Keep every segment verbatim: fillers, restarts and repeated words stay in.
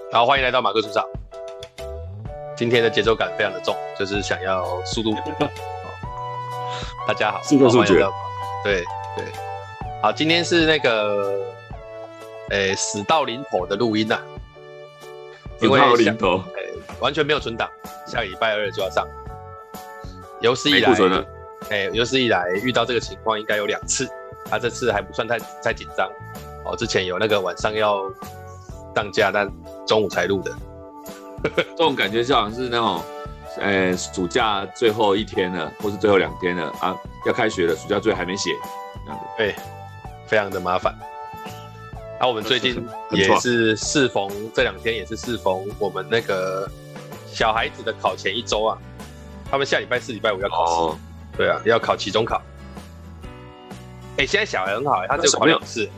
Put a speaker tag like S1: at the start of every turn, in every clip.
S1: 好，欢迎来到马克书上。今天的节奏感非常的重，就是想要速度。哦、大家好，
S2: 速度速决。
S1: 对对，好，今天是那个，诶，死到临头的录音啊，
S2: 因为死到临头，
S1: 诶，完全没有存档，下个礼拜二就要上。有史以来，诶，有史以来遇到这个情况应该有两次，啊，这次还不算太太紧张。哦，之前有那个晚上要上架，但中午才录的。
S2: 这种感觉就好像是那种，呃，暑假最后一天了，或是最后两天了啊，要开学了，暑假作业还没写，这样子。
S1: 对，非常的麻烦。啊，我们最近也是适逢这两天，也是适逢我们那个小孩子的考前一周啊，他们下礼拜四、礼拜五要考试。哦、对啊，要考期中考。哎、欸，现在小孩很好、欸，他只有考两次。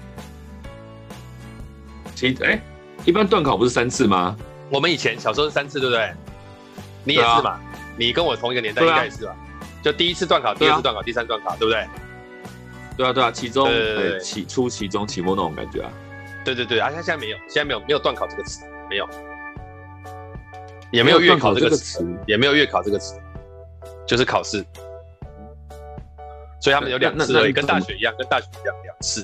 S2: 其哎、欸，一般段考不是三次吗？
S1: 我们以前小时候是三次，对不对？你也是嘛？啊、你跟我同一个年代，应该也是吧？啊、就第一次段考，第二次段考，啊、第三次段考，对不对？
S2: 对啊，对啊，期中、呃、期初、期中、期末那种感觉啊。
S1: 对对对，啊，现在没有，现在没有没有段考这个词，没有，也没有月考这个词，也没有月考这个词，就是考试。所以他们有两次而已，跟大学一样，跟大学一样两次。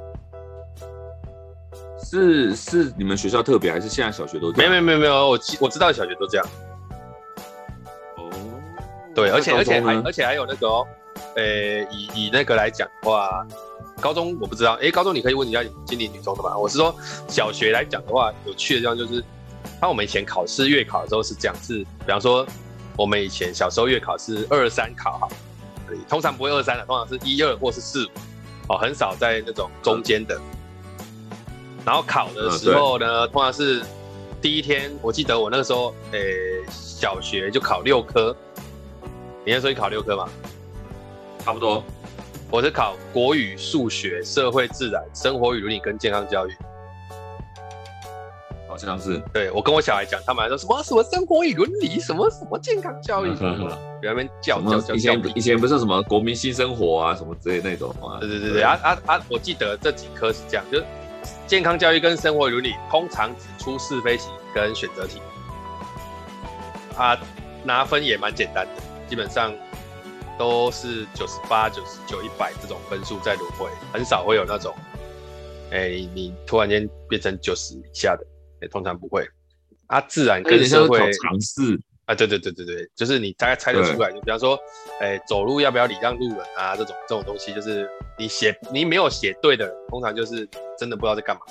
S2: 是是你们学校特别，还是现在小学都这样？
S1: 没有没有没有，我我知道小学都这样。
S2: 哦，
S1: 对，而且而且还而且还有那个哦，呃，以以那个来讲的话，高中我不知道，哎，高中你可以问一下经理女中的嘛。我是说小学来讲的话，有趣的地方就是，像我们以前考试月考的时候是这样，是比方说我们以前小时候月考是二三考哈，通常不会二三的，通常是一二或是四五，哦，很少在那种中间的。然后考的时候呢，嗯、通常是第一天，我记得我那个时候，诶、欸，小学就考六科。你那时候你考六科吗？
S2: 差不多。
S1: 我是考国语、数学、社会、自然、生活与伦理跟健康教育。
S2: 好像是。
S1: 对，我跟我小孩讲，他们还说什么什么生活与伦理，什么什么健康教育，什么在那边叫叫叫。
S2: 以前以前不是什么国民新生活啊，什么之类那种啊。
S1: 对对对对，啊啊啊！我记得这几科是这样，就是。健康教育跟生活伦理通常只出是非题跟选择题，啊，拿分也蛮简单的，基本上都是九十八、九十九、一百这种分数在轮回，很少会有那种，哎、欸，你突然间变成九十以下的，欸、通常不会。啊，自然跟社会
S2: 尝试
S1: 啊，对对对对对，就是你大概猜得出来，就比方说，哎、欸，走路要不要礼让路人啊，这种这种东西，就是你写你没有写对的人，通常就是真的不知道在干嘛。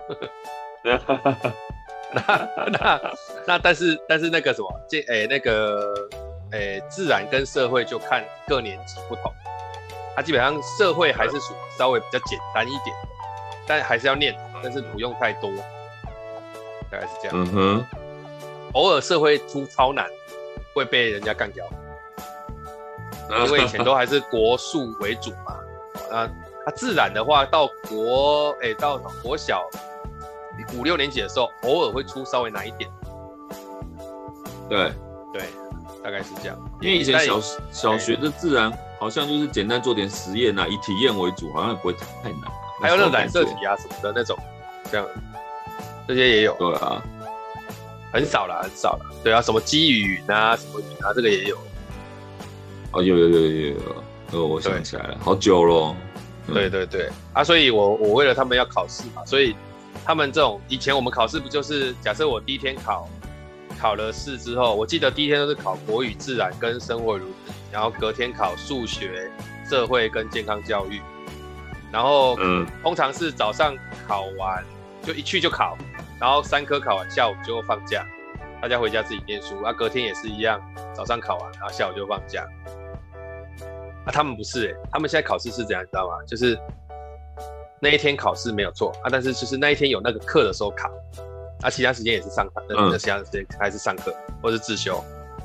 S1: 那那那但是但是那个什么，这哎、欸、那个哎、欸、自然跟社会就看各年级不同，它、啊、基本上社会还是属于稍微比较简单一点，但还是要念，但是不用太多，大概是这样。
S2: 嗯哼。
S1: 偶尔社会出超难，会被人家干掉，因为以前都还是国数为主嘛。那它自然的话，到国哎、欸、到国小五六年级的时候，偶尔会出稍微难一点。
S2: 对
S1: 对，大概是这样。
S2: 因为以前小小学的自然好像就是简单做点实验啊，以体验为主，好像也不会太难。
S1: 还有那种染色题啊什么的那种，这样这些也有。
S2: 对啊。
S1: 很少啦，很少啦。对啊，什么积语啊，什么语啊，这个也有。
S2: 哦，有有有有有，哦，我想起来了，好久了。
S1: 嗯、对对对，啊，所以我我为了他们要考试嘛，所以他们这种以前我们考试不就是假设我第一天考考了试之后，我记得第一天都是考国语、自然跟生活伦理，然后隔天考数学、社会跟健康教育，然后嗯，通常是早上考完就一去就考。然后三科考完，下午就放假，大家回家自己念书。啊，隔天也是一样，早上考完，然后下午就放假。啊，他们不是哎、欸，他们现在考试是怎样，你知道吗？就是那一天考试没有错啊，但是就是那一天有那个课的时候考，啊，其他时间也是上课，那、嗯、其他时间还是上课或是自修。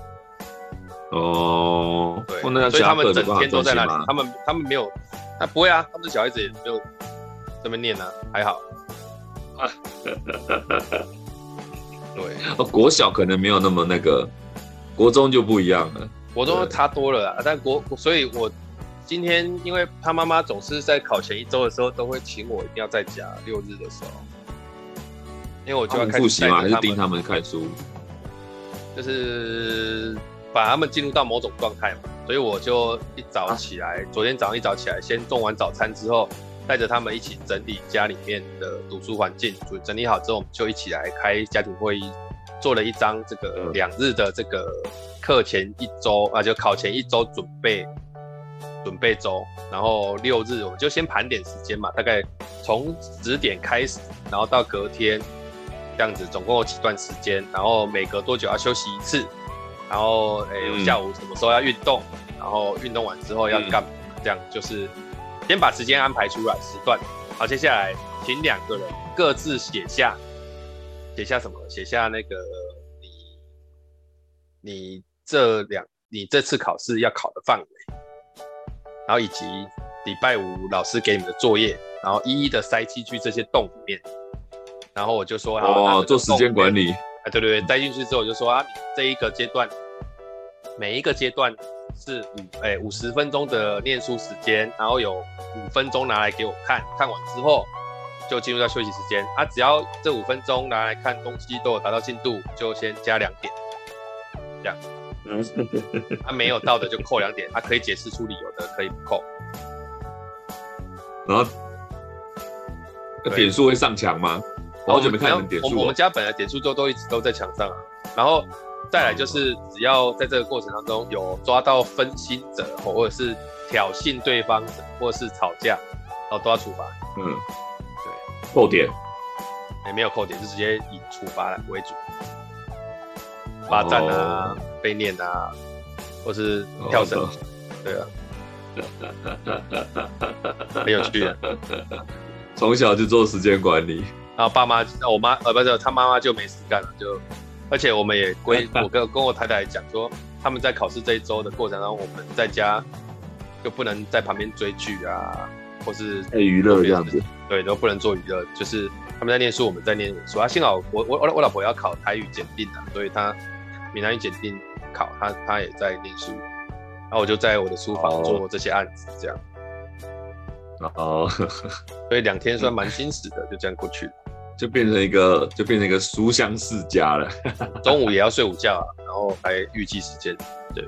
S2: 哦，
S1: 对，所以他们整天都在那里，他们他们没有，啊不会啊，他们的小孩子也没有这么念啊，还好。啊，对，
S2: 哦，国小可能没有那么那个，国中就不一样了。
S1: 国中差多了啦，但国所以，我今天因为他妈妈总是在考前一周的时候都会请我一定要在家，六日的时候， 因为我就要开
S2: 复习吗？还
S1: 始带着他们
S2: 是盯他们看书？
S1: 就是把他们进入到某种状态嘛，所以我就一早起来，啊、昨天早上一早起来，先做完早餐之后，带着他们一起整理家里面的读书环境，整理好之后，我们就一起来开家庭会议，做了一张这个两日的这个课前一周啊，就考前一周准备准备周，然后六日我们就先盘点时间嘛，大概从十点开始，然后到隔天。这样子总共有几段时间，然后每隔多久要休息一次，然后诶、欸嗯、下午什么时候要运动，然后运动完之后要干嘛、嗯？这样就是先把时间安排出来时段。好，接下来请两个人各自写下写下什么？写下那个你你这两你这次考试要考的范围，然后以及礼拜五老师给你们的作业，然后一一的塞进去这些洞里面。然后我就说，
S2: 哦，做时间管理，
S1: 啊，对对对，带进去之后我就说啊，你这一个阶段，每一个阶段是五哎五十分钟的念书时间，然后有五分钟拿来给我看，看完之后就进入到休息时间啊，只要这五分钟拿来看东西都有达到进度，就先加两点，这样，啊没有到的就扣两点，啊可以解释出理由的可以不扣，
S2: 然后点数会上墙吗？我好久没看你们点数、哦。
S1: 我们家本来点数都都一直都在墙上啊，然后再来就是只要在这个过程当中有抓到分心者，或者是挑衅对方者，或者是吵架，然后都要处罚。
S2: 嗯，对，扣点，
S1: 也、欸、没有扣点，就直接以处罚为主，罚站啊、哦、被念啊，或是跳绳，哦、对啊，很有趣的。
S2: 从小就做时间管理。
S1: 然后爸妈，我妈呃不是他妈妈就没事干了，就而且我们也规，我跟跟我太太讲说，他们在考试这一周的过程当中，我们在家就不能在旁边追剧啊，或是
S2: 娱乐这样子，
S1: 对，都不能做娱乐，就是他们在念书，我们在念书。啊，幸好我我我老婆要考台语检定啊，所以她闽南语检定考，她她也在念书，然后我就在我的书房做这些案子，这样。
S2: 哦，
S1: 所以两天算蛮精实的，就这样过去了。
S2: 就变成一个，就变成一个书香世家了。
S1: 中午也要睡午觉、啊，然后还预计时间，对。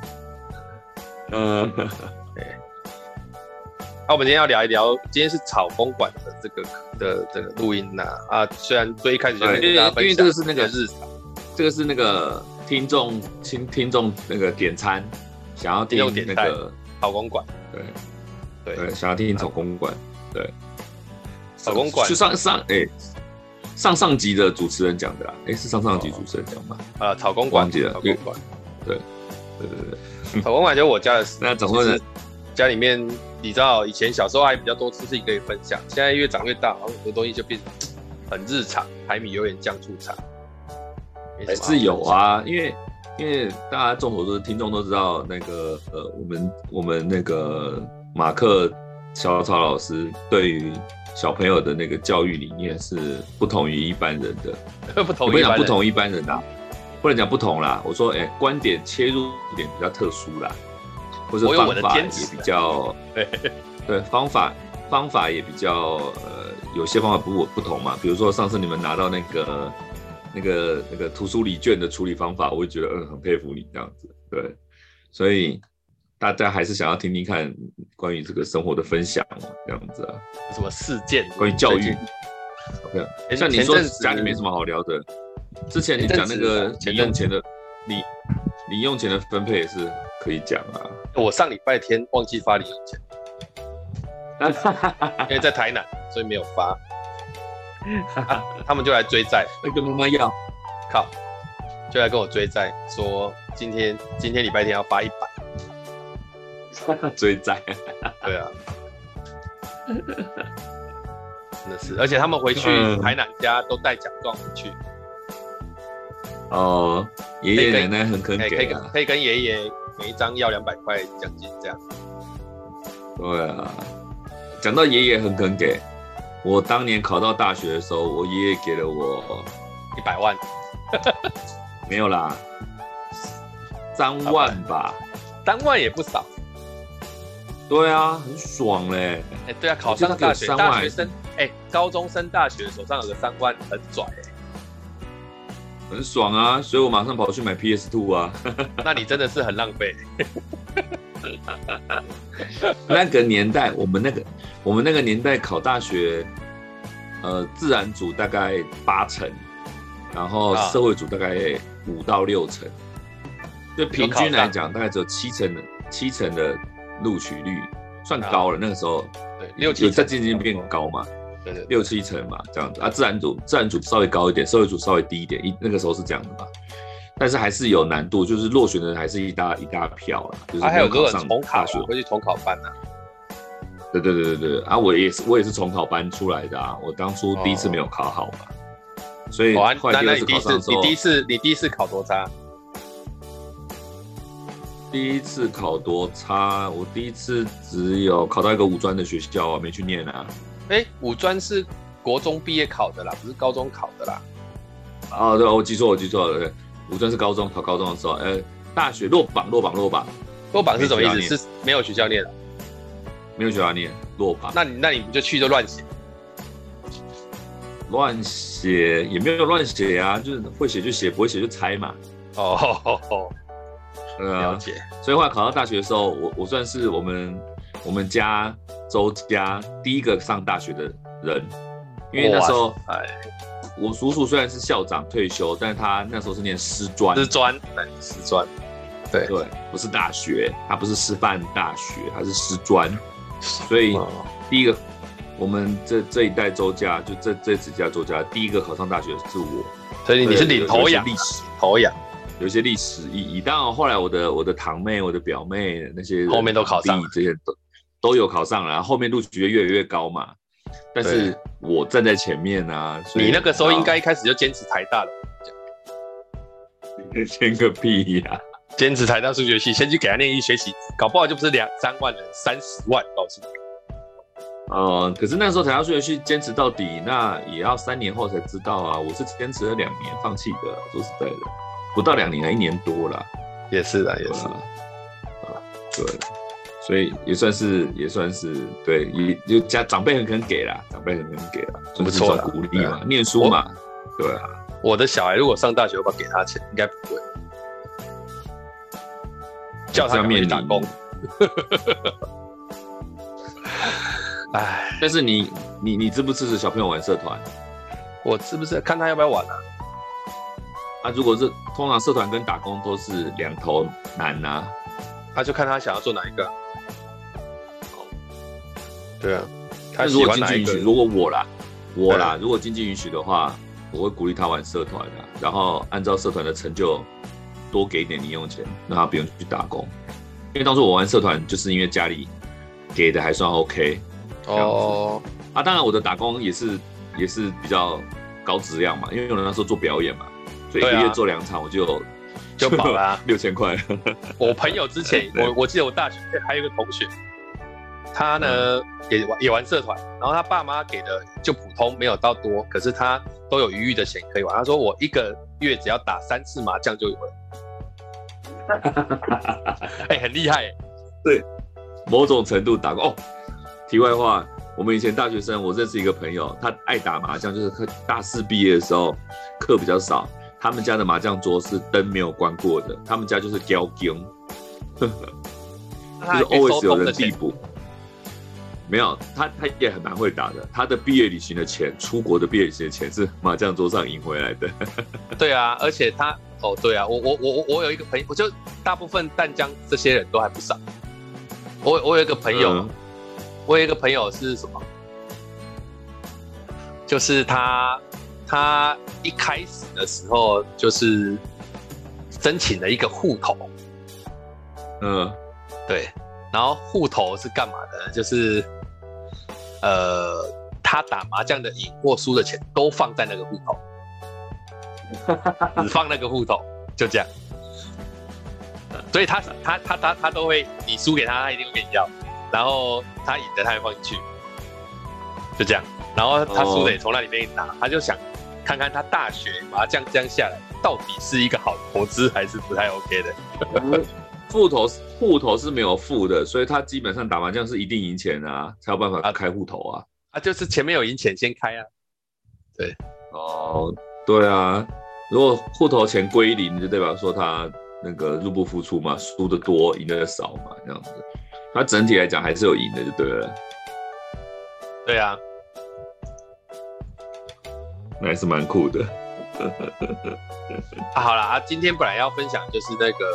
S2: 嗯，
S1: 对。那、啊、我们今天要聊一聊，今天是草公馆的这个的这个录音呐、啊。啊，虽然最一开始就跟大家分享，
S2: 因为这个是那个
S1: 日常，
S2: 这个是那个听众听听众那个点餐，想要听那个
S1: 草公馆，
S2: 对
S1: 对
S2: 对，想要听草公馆，对。
S1: 草公馆
S2: 就上上哎、欸，上上集的主持人讲的啦，哎、欸、是上上集主持人讲吗？
S1: 啊、呃，草公馆，
S2: 忘记了，
S1: 草公馆，
S2: 对对对对，
S1: 草公馆就是我家的，
S2: 那总共
S1: 家里面你知道，以前小时候还比较多事情可以分享，现在越长越大，好像很多东西就变很日常，柴米油盐酱醋茶，
S2: 还是有啊，因为因为大家众所周知，听众都知道那个呃，我们我们那个马克小草老师对于小朋友的那个教育理念是不同于一般人的，
S1: 不同于
S2: 不能讲不同于一般人啦，不能讲不同啦。我说，哎、欸，观点切入点比较特殊啦，或者方法也比较，
S1: 对
S2: 对，方法方法也比较，呃，有些方法不不同嘛。比如说上次你们拿到那个那个那个图书礼卷的处理方法，我会觉得嗯很佩服你这样子，对，所以。大家还是想要听听看关于这个生活的分享，这样子啊？
S1: 有什么事件？
S2: 关于教育 ？OK， 像你说家里没什么好聊的。之前你讲那个零用钱的，零零用钱的分配也是可以讲啊。
S1: 我上礼拜天忘记发零用钱，因为在台南，所以没有发。啊、他们就来追债，
S2: 会跟妈妈要，
S1: 靠，就来跟我追债，说今天今天礼拜天要发一百。
S2: 追债，
S1: 对啊，真的是，而且他们回去台南家都带奖状回去。
S2: 哦，爷爷奶奶很肯给、
S1: 啊，可以跟爷爷每一张要两百块奖金这样。
S2: 对啊，讲到爷爷很肯给，我当年考到大学的时候，我爷爷给了我
S1: 一百万，
S2: 没有啦，三万吧，
S1: 三万也不少。
S2: 对啊，很爽嘞、欸！
S1: 哎、欸，对啊，考上大学，大学生，哎、欸，高中升大学手上有个三万，很拽哎、欸。
S2: 很爽啊，所以我马上跑去买 P S 二 啊。
S1: 那你真的是很浪费。
S2: 那个年代，我们那个我们那个年代考大学，呃，自然组大概八成，然后社会组大概五到六成，就平均来讲，大概只有七成的七成的录取率，算高了。那个时候，
S1: 对，六七
S2: 有在渐渐变高嘛，
S1: 对对，
S2: 六七成嘛，这样子啊。自然组自然组稍微高一点，社会组稍微低一点，一那个时候是这样的嘛。但是还是有难度，就是落选的人还是一大一大票啦，就是没有考上大学，
S1: 会去重考班啊。
S2: 对对对对对啊，我也是我也是重考班出来的啊，我当初第一次没有考好嘛，哦、所以后来第二次考上的时候，
S1: 你第一次你第一次考多差？
S2: 第一次考多差？我第一次只有考到一个五专的学校啊，没去念啊。
S1: 哎，五专是国中毕业考的啦，不是高中考的啦。
S2: 哦，对，我记错，我记错了，对。五专是高中考高中的时候，呃，大学落榜落榜落榜，
S1: 落榜是什么意思？是没有学校念了，
S2: 没有学校念落榜。
S1: 那你那你不就去就乱写？
S2: 乱写也没有乱写啊，就是会写就写，不会写就猜嘛。
S1: 哦，哦哦
S2: 对啊，了解。所以后来考到大学的时候，我我算是我们我们家周家第一个上大学的人，因为那时候哎。我叔叔虽然是校长退休，但是他那时候是念师专，
S1: 师专，师专，对
S2: 对，不是大学，他不是师范大学，他是师专，所以第一个我们这这一代周家，就这这几家周家，第一个考上大学是我，
S1: 所以你是领头羊，
S2: 历史
S1: 头羊，
S2: 有一些历史意义。当然后来我的我的堂妹、我的表妹那些
S1: 后面都考上，
S2: 这些都都有考上了，然后后面录取率越来越高嘛。但是我站在前面啊，所以
S1: 你那个时候应该一开始就坚持台大了，
S2: 签个屁呀、啊！
S1: 坚持台大数学系，先去给他念一学期，搞不好就不是两三万人，三十万，告诉你。
S2: 呃，可是那时候台大数学系坚持到底，那也要三年后才知道啊。我是坚持了两年放弃的，说实在的，不到两年，一年多啦。
S1: 也是的，也是
S2: 啊，对。所以也算是也算是对，也就家长辈很肯给啦，长辈很肯给啦，
S1: 不错
S2: 鼓励嘛，念书嘛，对啊。
S1: 我的小孩如果上大学，我要给他钱，应该不会，叫他去打工。
S2: 哎，但是你你你支不支持小朋友玩社团？
S1: 我是不是看他要不要玩啊？
S2: 啊，如果是通常社团跟打工都是两头难啊，
S1: 那、啊、就看他想要做哪一个。对啊，他
S2: 如果经济允许，如果我啦，我啦，如果经济允许的话，我会鼓励他玩社团啦，然后按照社团的成就多给一点零用钱，让他不用去打工。因为当初我玩社团，就是因为家里给的还算 OK。哦，啊，当然我的打工也是也是比较高质量嘛，因为我那时候做表演嘛，所以一个月做两场我就
S1: 就饱了、啊，
S2: 六千块。
S1: 我朋友之前，我我记得我大学还有一个同学。他呢、嗯、也玩也玩社团，然后他爸妈给的就普通，没有到多，可是他都有余裕的钱可以玩。他说我一个月只要打三次麻将就有了，哎、欸，很厉害、欸。
S2: 对，某种程度打工哦。题外话，我们以前大学生，我认识一个朋友，他爱打麻将，就是大四毕业的时候课比较少，他们家的麻将桌是灯没有关过的，他们家就是雕金，就是 always 有人递补。没有，他他也很蛮会打的。他的毕业旅行的钱，出国的毕业旅行的钱是麻将桌上赢回来的。
S1: 对啊，而且他哦，对啊，我我我我有一个朋友，我就大部分淡江这些人都还不少。我我有一个朋友，嗯、我有一个朋友是什么？就是他他一开始的时候就是申请了一个户头。嗯，对。然后户头是干嘛的？就是，呃，他打麻将的赢或输的钱都放在那个户头，只放那个户头，就这样。所以他他他他他都会，你输给他，他一定会跟你要，然后他赢的他会放进去，就这样。然后他输的也从那里面拿，他就想看看他大学麻将这样下来，到底是一个好投资还是不太 OK 的。
S2: 户头户头是没有付的，所以他基本上打麻将是一定赢钱啊，才有办法开户头啊。
S1: 啊，就是前面有赢钱先开啊。对，
S2: 哦，对啊， 如果户头钱归零，就代表说他那个入不敷出嘛，输的多，赢的少嘛，这样子。他整体来讲还是有赢的，就对了。
S1: 对啊，
S2: 那还是蛮酷的。
S1: 啊，好啦，啊，今天本来要分享就是那个，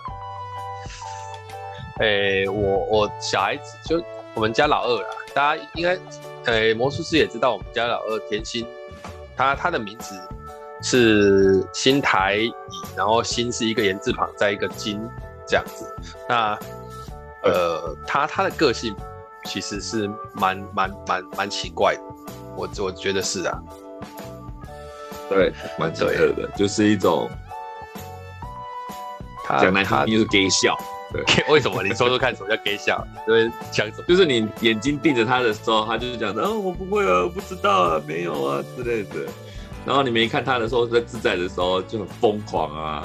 S1: 诶、欸，我我小孩子就我们家老二啦，大家应该，诶、欸，魔术师也知道我们家老二甜心，他他的名字是新台乙，然后新是一个言字旁，再一个金这样子。那呃，他他的个性其实是蛮蛮蛮蛮奇怪的，我我觉得是啊。
S2: 对，蛮奇特的，就是一种讲难听就是 gay 笑。对，
S1: 为什么？你说说看，什么叫 gay 笑？就是讲什么？
S2: 就是你眼睛盯着他的时候，他就是讲的，哦，我不会啊，我不知道啊，没有啊之类的。然后你没看他的时候，在自在的时候就很疯狂啊。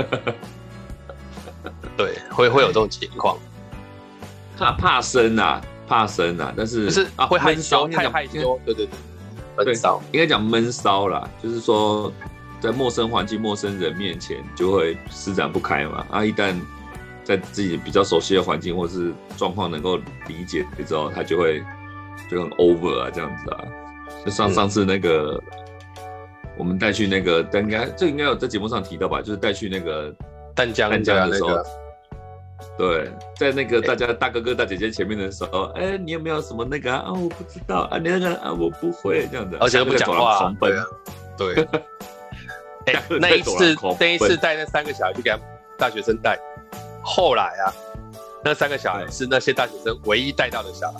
S1: 对，会会有这种情况。
S2: 怕怕生啊，怕生啊，但是
S1: 就是
S2: 啊
S1: 会害羞，太害羞。对对对。
S2: 对，应该讲闷骚啦，就是说在陌生环境、陌生人面前就会施展不开嘛。啊，一旦在自己比较熟悉的环境或是状况能够理解之后，他就会就很 over 啊，这样子啊。就上上次那个、嗯、我们带去那个，但应该这应该有在节目上提到吧，就是带去那个
S1: 淡江
S2: 淡江的时候。
S1: 那个
S2: 对，在那个大家大哥哥大姐姐前面的时候，哎、欸，你有没有什么那个 啊？啊我不知道啊，你那个啊，我不会这样子，
S1: 而且都不讲话，
S2: 狂奔，
S1: 对、啊，对。欸、那一次那一次带那三个小孩去给他们大学生带，后来啊，那三个小孩是那些大学生唯一带到的小孩，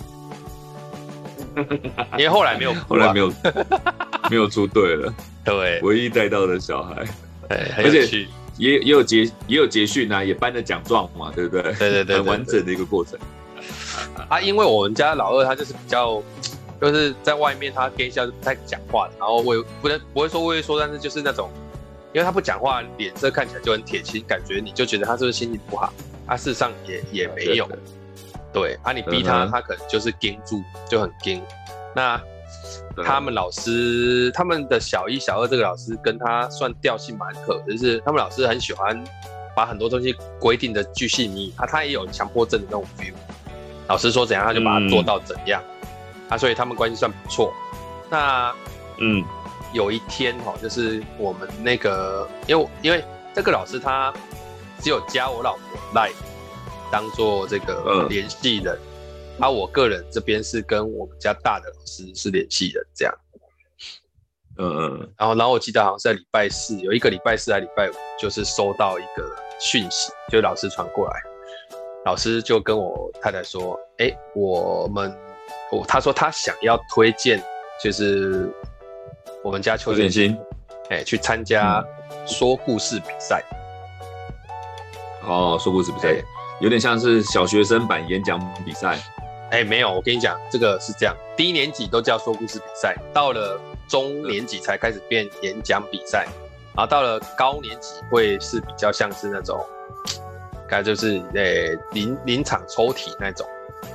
S1: 因为后来没有、啊，
S2: 后来没有没有出队了，
S1: 对，
S2: 唯一带到的小孩，
S1: 对，很有趣。
S2: 也也有结也有结训啊，也颁了奖状嘛，对不对？
S1: 对对 对, 对，
S2: 很完整的一个过程。
S1: 啊，因为我们家老二他就是比较，就是在外面他跟笑就不太讲话的，然后我不能不会说畏畏缩，但是就是那种，因为他不讲话，脸色看起来就很铁青，感觉你就觉得他是不是心情不好？啊，事实上也也没有。对, 对啊，你逼他，他可能就是盯住，就很盯。那他们老师，他们的小一、小二这个老师跟他算调性蛮合，就是他们老师很喜欢把很多东西规定的巨细靡遗，啊，他也有强迫症的那种 feel。老师说怎样，他就把它做到怎样，嗯、啊，所以他们关系算不错。那嗯，有一天哈，就是我们那个，因为因为这个老师他只有加我老婆赖当做这个联系人。嗯啊，我个人这边是跟我们家大的老师是联系人，这样。嗯嗯。然后，然后我记得好像是在礼拜四，有一个礼拜四还礼拜五，就是收到一个讯息，就是老师传过来，老师就跟我太太说：“哎、欸，我们，我他说他想要推荐，就是我们家邱建新，哎、欸，去参加说故事比赛。
S2: 哦，说故事比赛、欸、有点像是小学生版演讲比赛。”
S1: 哎、欸，没有，我跟你讲，这个是这样，低年级都叫说故事比赛，到了中年级才开始变演讲比赛，然后到了高年级会是比较像是那种，该就是呃临临场抽题那种。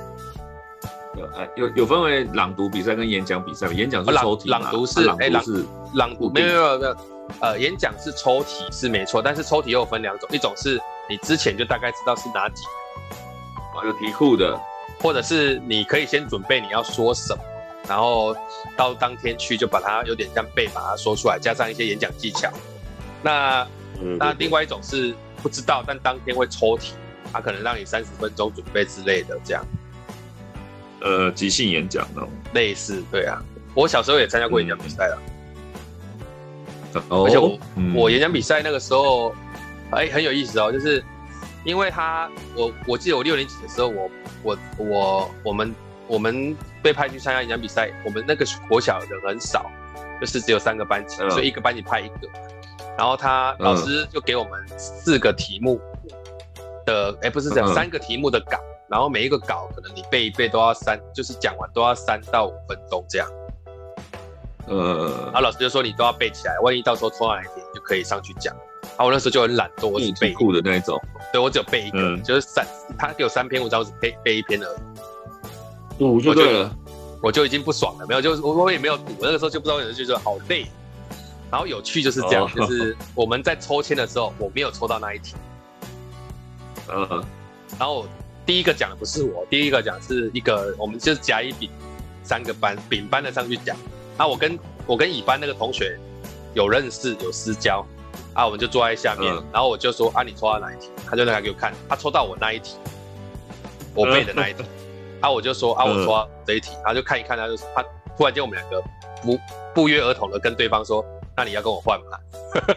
S2: 有有分为朗读比赛跟演讲比赛，演讲是抽题嘛，
S1: 朗朗读是哎、
S2: 啊、朗读是
S1: 朗读没有没有没有，呃演讲是抽题是没错，但是抽题又有分两种，一种是你之前就大概知道是哪几个，
S2: 哦有题库的。
S1: 或者是你可以先准备你要说什么，然后到当天去就把它有点像背把它说出来，加上一些演讲技巧。那嗯那另外一种是不知道，但当天会抽题，它可能让你三十分钟准备之类的这样。
S2: 呃，即兴演讲那种。
S1: 类似，对啊。我小时候也参加过演讲比赛了。
S2: 嗯、
S1: 而且我、嗯、我演讲比赛那个时候，哎、欸，很有意思哦，就是因为他我我记得我六年级的时候我。我我我们我们被派去参加演讲比赛，我们那个国小人很少，就是只有三个班级，嗯、所以一个班级派一个。然后他老师就给我们四个题目的，哎、嗯欸，不是这样，嗯、三个题目的稿，然后每一个稿可能你背一背都要三，就是讲完都要三到五分钟这样。嗯，然后老师就说你都要背起来，万一到时候突然一点就可以上去讲。然后我那时候就很懒惰，我只背
S2: 酷的那一种，
S1: 对我只有背一个，嗯、就是三，他给我三篇文章，我只背背一篇而已。
S2: 五就对了，
S1: 我就已经不爽了，没有，就我我也没有赌，那个时候就不知道为什么就觉得好累，然然后有趣就是这样，哦、就是我们在抽签的时候，我没有抽到那一题。
S2: 嗯，
S1: 然后第一个讲的不是我，第一个讲是一个我们就是甲乙丙三个班，丙班的上去讲。啊，我跟我跟乙班那个同学有认识有私交，啊，我们就坐在下面，嗯、然后我就说啊，你抽到哪一题？他就拿给我看，他抽到我那一题，我背的那一题。嗯、啊，我就说啊，我抽到这一题，他就看一看，他就他突然间我们两个不不约而同的跟对方说，那你要跟我换吗？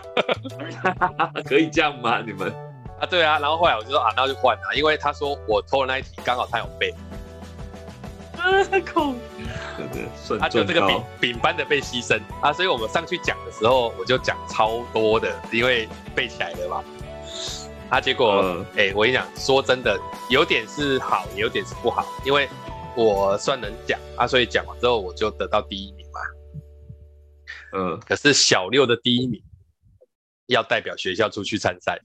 S2: 可以这样吗？你们？
S1: 啊，对啊，然后后来我就说啊，那就换啊，因为他说我抽的那一题刚好他有背。
S2: 啊，酷！对对，顺
S1: 啊，就这个丙丙班的被牺牲啊，所以我们上去讲的时候，我就讲超多的，因为背起来了嘛。啊，结果，哎、嗯欸，我跟你讲，说真的，有点是好，也有点是不好，因为我算能讲啊，所以讲完之后我就得到第一名嘛。
S2: 嗯，
S1: 可是小六的第一名要代表学校出去参赛，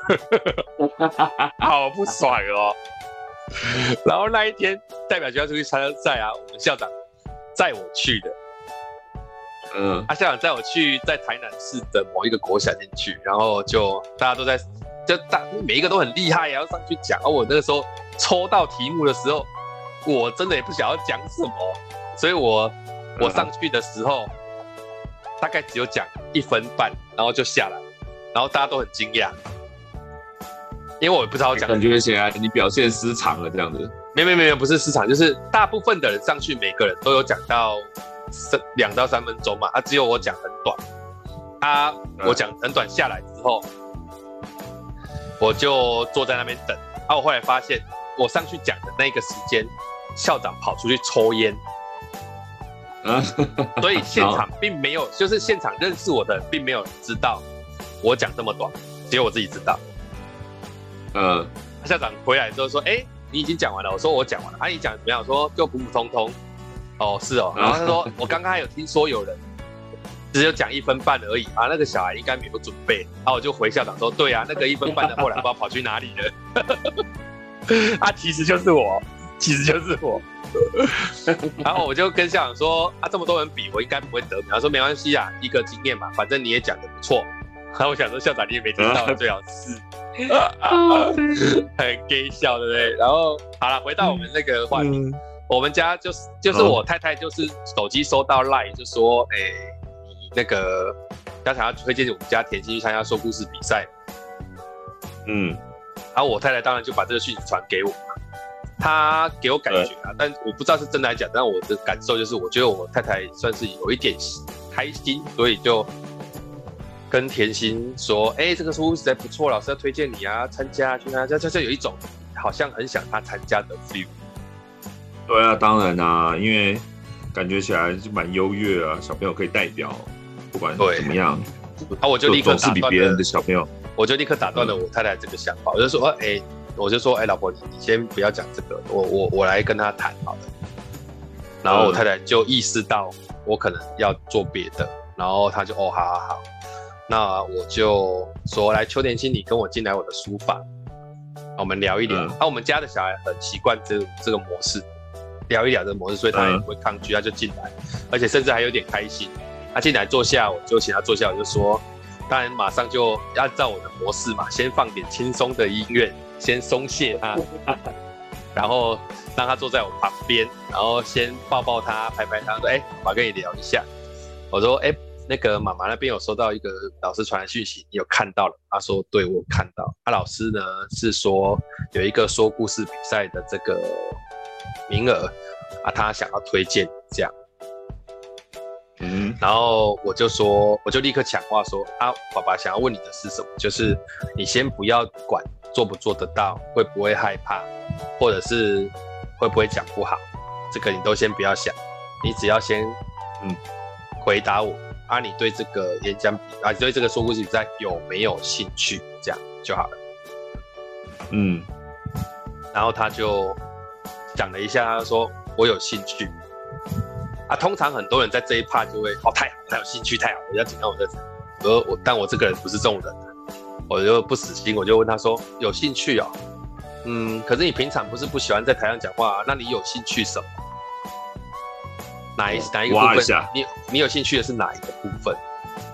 S1: 好不爽哦。然后那一天代表学校出去参赛啊，我们校长载我去的。
S2: 嗯，
S1: 啊，校长载我去在台南市的某一个国小进去，然后就大家都在，就大每一个都很厉害，要上去讲。而、啊、我那个时候抽到题目的时候，我真的也不晓得讲什么，所以我我上去的时候，大概只有讲一分半，然后就下来，然后大家都很惊讶。因为我也不知道讲，
S2: 感觉起来你表现失常了这样子。
S1: 没没没有，不是失常，就是大部分的人上去，每个人都有讲到两到三分钟嘛，啊，只有我讲很短。啊，我讲很短下来之后，我就坐在那边等。啊，我后来发现，我上去讲的那个时间，校长跑出去抽烟。
S2: 啊，
S1: 所以现场并没有，就是现场认识我的人并没有人知道我讲这么短，只有我自己知道。
S2: 嗯，
S1: 校长回来之后说：“哎、欸，你已经讲完了。”我说：“我讲完了。”啊，你讲怎么样？我说：“就普普通通。”哦，是哦。然后他说：“我刚刚还有听说有人只有讲一分半而已啊，那个小孩应该没有准备。”然后我就回校长说：“对啊，那个一分半的后来不知道跑去哪里了。”啊，其实就是我，其实就是我。然后我就跟校长说：“啊，这么多人比，我应该不会得名。”他说：“没关系啊，一个经验嘛，反正你也讲得不错。”然后我想说，校长你也没听到，最好是。很 gay 笑，对不对？然后好了，回到我们那个话题，嗯、我们家就是就是我太太就是手机收到 line 就说，哎、欸，你那个家想要推荐我们家甜心去参加说故事比赛，
S2: 嗯，
S1: 然后我太太当然就把这个讯息传给我嘛，她给我感觉啊，但我不知道是真的还是假的，但我的感受就是，我觉得我太太算是有一点开心，所以就。跟甜心说，哎、欸，这个说故事还不错，老师要推荐你啊，参加去参加，就就有一种好像很想他参加的 feel。
S2: 对啊，当然啊，因为感觉起来就蛮优越啊，小朋友可以代表，不管怎么样，
S1: 啊，我就立刻打断
S2: 了别人的小朋友，
S1: 我就立刻打断了我太太这个想法，我就说，哎、欸，我就说，哎、欸，老婆，你先不要讲这个，我我我来跟他谈好了。然后我太太就意识到我可能要做别的，然后她就哦，好好好。那我就说来，邱甜心，你跟我进来我的书房，我们聊一聊。嗯、啊，我们家的小孩很习惯这这个模式，聊一聊这个模式，所以他也不会抗拒，他就进来，而且甚至还有点开心。他进来坐下，我就请他坐下，我就说，当然马上就按照我的模式嘛，先放点轻松的音乐，先松懈他，然后让他坐在我旁边，然后先抱抱他，拍拍他，说：“哎、欸，我要跟你聊一下。”我说：“哎、欸。”那个妈妈那边有收到一个老师传来讯息，你有看到了？他说对，我有看到。他、啊、老师呢是说有一个说故事比赛的这个名额啊，他想要推荐这样。
S2: 嗯，
S1: 然后我就说，我就立刻抢话说啊，爸爸想要问你的是什么？就是你先不要管做不做得到，会不会害怕，或者是会不会讲不好，这个你都先不要想，你只要先嗯回答我。啊，你对这个演讲比啊，你对这个说故事比赛有没有兴趣？这样就好了。
S2: 嗯，
S1: 然后他就讲了一下，他说我有兴趣。啊，通常很多人在这一 part 就会哦，太好，太有兴趣，太好，我要紧张，我在，我我但我这个人不是这种人，我就不死心，我就问他说有兴趣哦，嗯，可是你平常不是不喜欢在台上讲话、啊，那你有兴趣什么？哪一哪一个部分？你你有兴趣的是哪一个部分？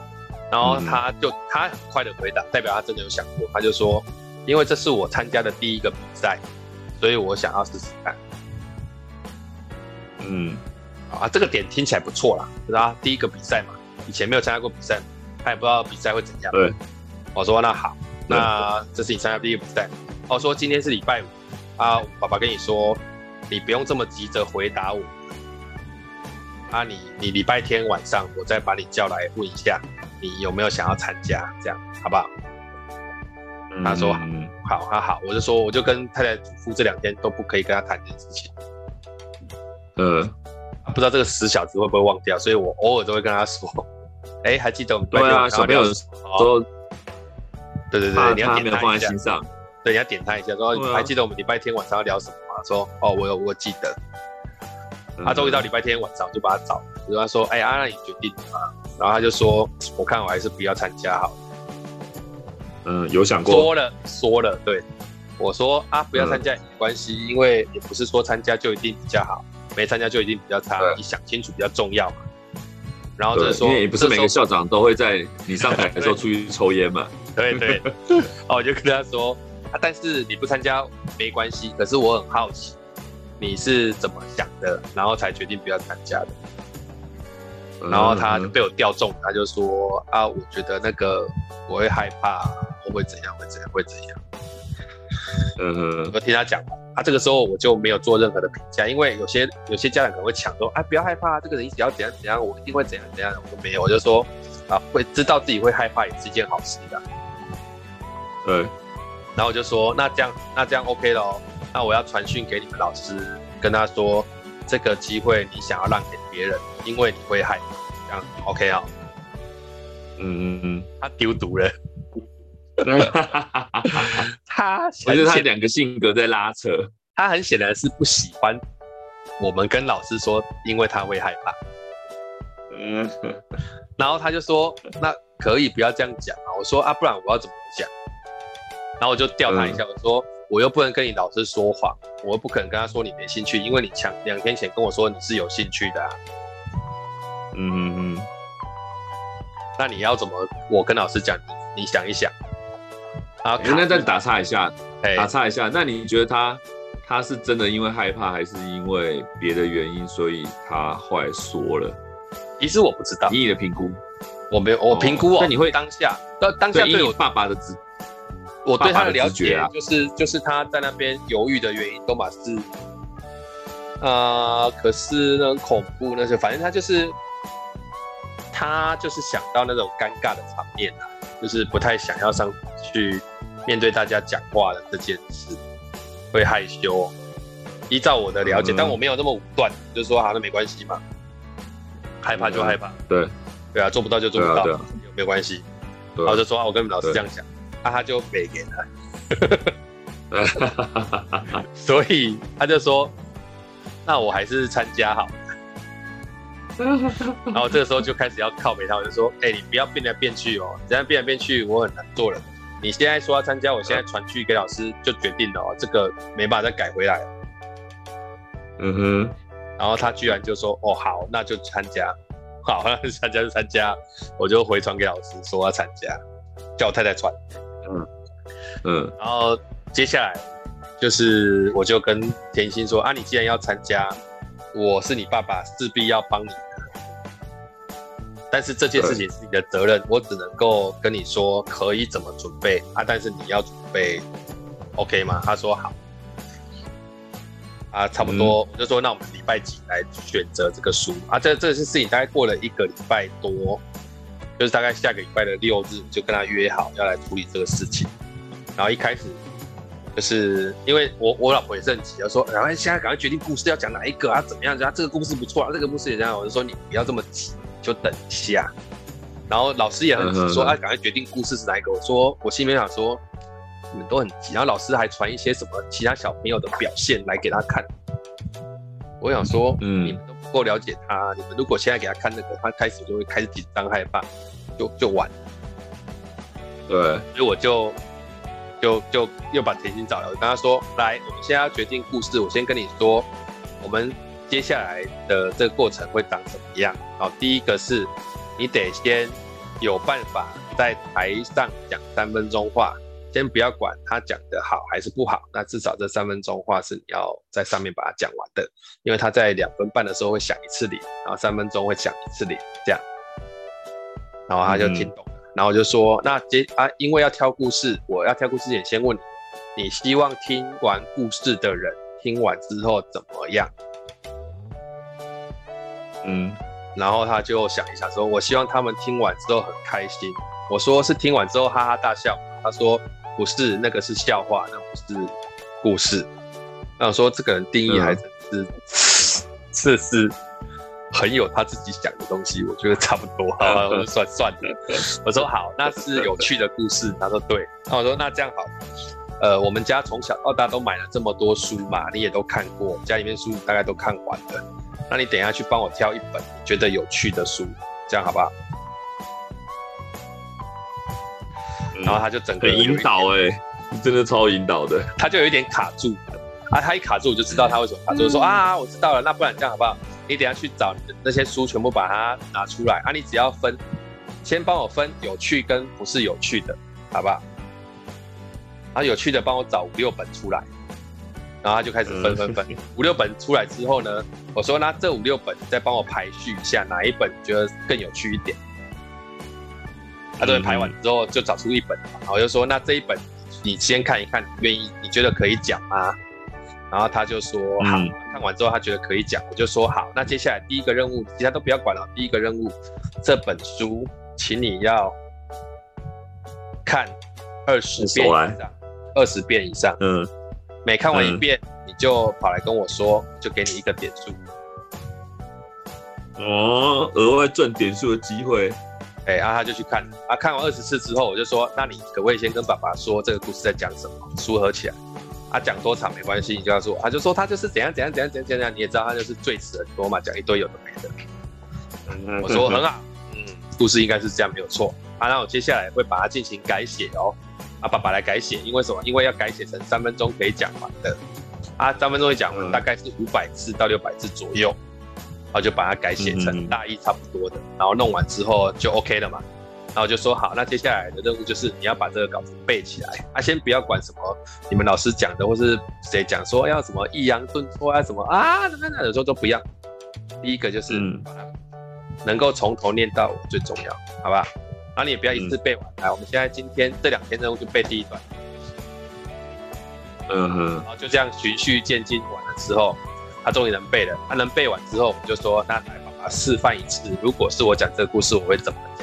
S1: 然后他就他很快的回答，代表他真的有想过，他就说，因为这是我参加的第一个比赛，所以我想要试试看。
S2: 嗯，
S1: 啊，这个点听起来不错啦，对吧？第一个比赛嘛，以前没有参加过比赛，他也不知道比赛会怎样。
S2: 对，
S1: 我说那好，那这是你参加第一个比赛。我说今天是礼拜五啊，爸爸跟你说，你不用这么急着回答我。啊你，你你礼拜天晚上我再把你叫来问一下，你有没有想要参加，这样好不好？
S2: 嗯、
S1: 他说好，他好，我就说我就跟太太嘱咐这两天都不可以跟他谈这件事情。
S2: 呃，
S1: 不知道这个死小子会不会忘掉，所以我偶尔都会跟他说，哎、欸，还记得我们
S2: 对啊，小朋友都，
S1: 对对对，你要
S2: 点他没有放在心上，
S1: 对，你要点他一下，说、啊、还记得我们礼拜天晚上要聊什么吗？说哦，我有我记得。他终于到礼拜天晚上，我就把他找了，我就跟他说，哎、欸，啊，那你决定了吗？然后他就说，我看我还是不要参加好了。
S2: 嗯，有想过？
S1: 说了说了，对，我说啊，不要参加也没关系、嗯，因为也不是说参加就一定比较好，没参加就一定比较差，你想清楚比较重要嘛。然后就是说，
S2: 因为也不是每个校长都会在你上台的时候出去抽烟嘛。
S1: 对对，然后我就跟他说，啊，但是你不参加没关系，可是我很好奇你是怎么想的，然后才决定不要参加的。然后他就被我调中，他就说啊，我觉得那个我会害怕，我会怎样，会怎样，会怎样。
S2: 嗯哼，
S1: 我就听他讲嘛，啊，这个时候我就没有做任何的评价，因为有些有些家长可能会抢说，啊，不要害怕，这个人一直要怎样怎样，我一定会怎样怎样，我就没有，我就说啊，会知道自己会害怕也是一件好事的。
S2: 对，
S1: 然后我就说，那这样那这样 OK 咯，那我要传讯给你们老师，跟他说这个机会你想要让给别人，因为你会害怕，这样 OK 好。
S2: 嗯嗯嗯，
S1: 他丢毒了。他
S2: 我觉得他两个性格在拉扯，
S1: 他很显然是不喜欢我们跟老师说，因为他会害怕。嗯，然后他就说，那可以不要这样讲啊。我说啊，不然我要怎么讲？然后我就吊他一下，我说我又不能跟你老师说谎，我又不可能跟他说你没兴趣，因为你前两天前跟我说你是有兴趣的啊。
S2: 嗯嗯嗯，
S1: 那你要怎么？我跟老师讲，你想一想。
S2: 啊，那再打岔一下，打岔一下，那你觉得他他是真的因为害怕，还是因为别的原因，所以他后来说了？
S1: 其实我不知道，
S2: 以你的评估，
S1: 我没有，我评估哦。那、哦、你会当下，当下对我
S2: 爸爸的直，
S1: 我对他的了解啊，就是就是他在那边犹豫的原因都嘛是，啊、呃，可是那很恐怖，那些反正他就是他就是想到那种尴尬的场面啊，就是不太想要上去面对大家讲话的这件事，会害羞。依照我的了解，嗯、但我没有那么武断，就是说好，那没关系嘛，害怕就害怕，
S2: 嗯、对
S1: 对啊，做不到就做不到，
S2: 对啊对啊、
S1: 没有关系。然后就说啊，我跟老师这样讲，啊，他就没给他，所以他就说，那我还是参加好了。然后这个时候就开始要靠北他，我就说，哎、欸，你不要变来变去哦，这样变来变去我很难做人。你现在说要参加，我现在传去给老师就决定了哦，这个没办法再改回来了。
S2: 嗯哼。
S1: 然后他居然就说，哦好，那就参加，好，那就参加就参加，我就回传给老师说要参加，叫我太太传。
S2: 嗯嗯。
S1: 然后接下来就是我就跟甜心说，啊，你既然要参加，我是你爸爸，势必要帮你的。但是这件事情是你的责任，我只能够跟你说可以怎么准备啊，但是你要准备 OK 吗？他说好啊，差不多、嗯、我就说那我们礼拜几来选择这个书啊，这这件事情大概过了一个礼拜多，就是大概下个礼拜的六日就跟他约好要来处理这个事情。然后一开始就是因为我我老婆也是很急，我说赶快现在赶快决定故事要讲哪一个啊，怎么样啊，这个故事不错啊，这个故事也这样，我就说你不要这么急，就等一下。然后老师也很急，说啊，赶快决定故事是哪一个。我说我心里面想说，你们都很急。然后老师还传一些什么其他小朋友的表现来给他看。我想说，嗯，你们都不够了解他，你们如果现在给他看那个，他开始就会开始紧张害怕，就就完。
S2: 对，
S1: 所以我就就就又把甜心找来，我跟他说，来，我们现在要决定故事，我先跟你说，我们接下来的这个过程会长什么样？好，第一个是你得先有办法在台上讲三分钟话，先不要管他讲的好还是不好，那至少这三分钟话是你要在上面把它讲完的，因为他在两分半的时候会响一次铃，然后三分钟会响一次铃，这样，然后他就听懂了，嗯、然后我就说，那接啊，因为要挑故事，我要挑故事前先问你，你希望听完故事的人听完之后怎么样？
S2: 嗯，
S1: 然后他就想一想说，我希望他们听完之后很开心。我说是听完之后哈哈大笑，他说不是，那个是笑话，那不是故事。那我说这个人定义还真是，这、嗯、是很有他自己想的东西，我觉得差不多，好，我就算算了。我说好，那是有趣的故事。他说对。那我说那这样好，呃，我们家从小到大都买了这么多书嘛，你也都看过，家里面书大概都看完了。那你等一下去帮我挑一本你觉得有趣的书，这样好不好？嗯、然后他就整个
S2: 很引导哎、欸，真的超引导的。
S1: 他就有一点卡住啊，他一卡住我就知道他为什么卡住，嗯、说啊，我知道了，那不然这样好不好？你等一下去找你的那些书，全部把它拿出来啊，你只要分，先帮我分有趣跟不是有趣的，好不好？然后有趣的帮我找五六本出来。然后他就开始分分分，五六本出来之后呢，我说那这五六本你再帮我排序一下，哪一本你觉得更有趣一点？他都排完之后就找出一本，然后我就说那这一本你先看一看，你愿意你觉得可以讲吗？然后他就说好，嗯、看完之后他觉得可以讲，我就说好，那接下来第一个任务，其他都不要管了，第一个任务，这本书请你要看二十遍以上，二十遍以上，嗯。每看完一遍，嗯、你就跑来跟我说，就给你一个点数。
S2: 哦，额外赚点数的机会。
S1: 哎、欸，然、啊、后他就去看，啊，看完二十次之后，我就说，那你可不可以先跟爸爸说这个故事在讲什么？书合起来，啊，讲多长没关系，你就要说，他就说他就是怎样怎样怎样怎样怎样，你也知道他就是赘词很多嘛，讲一堆有的没的。嗯、我说很好，嗯，故事应该是这样没有错。啊，那我接下来会把它进行改写哦。啊，爸爸来改写，因为什么？因为要改写成三分钟可以讲完的。啊，三分钟可以讲完，大概是五百字到六百字左右，然后就把它改写成大意差不多的，然后弄完之后就 OK 了嘛。然后就说好，那接下来的任务就是你要把这个稿子背起来。啊，先不要管什么你们老师讲的，或是谁讲说要什么抑扬顿挫啊什么啊，那那有时候都不要。第一个就是把它能够从头念到尾最重要，好吧？然后你也不要一次背完，来、嗯，我们现在今天这两天任务就背第一段，
S2: 嗯哼，
S1: 然后就这样循序渐进完了之后，他终于能背了。他能背完之后，我们就说，那来爸爸示范一次，如果是我讲这个故事，我会怎么讲？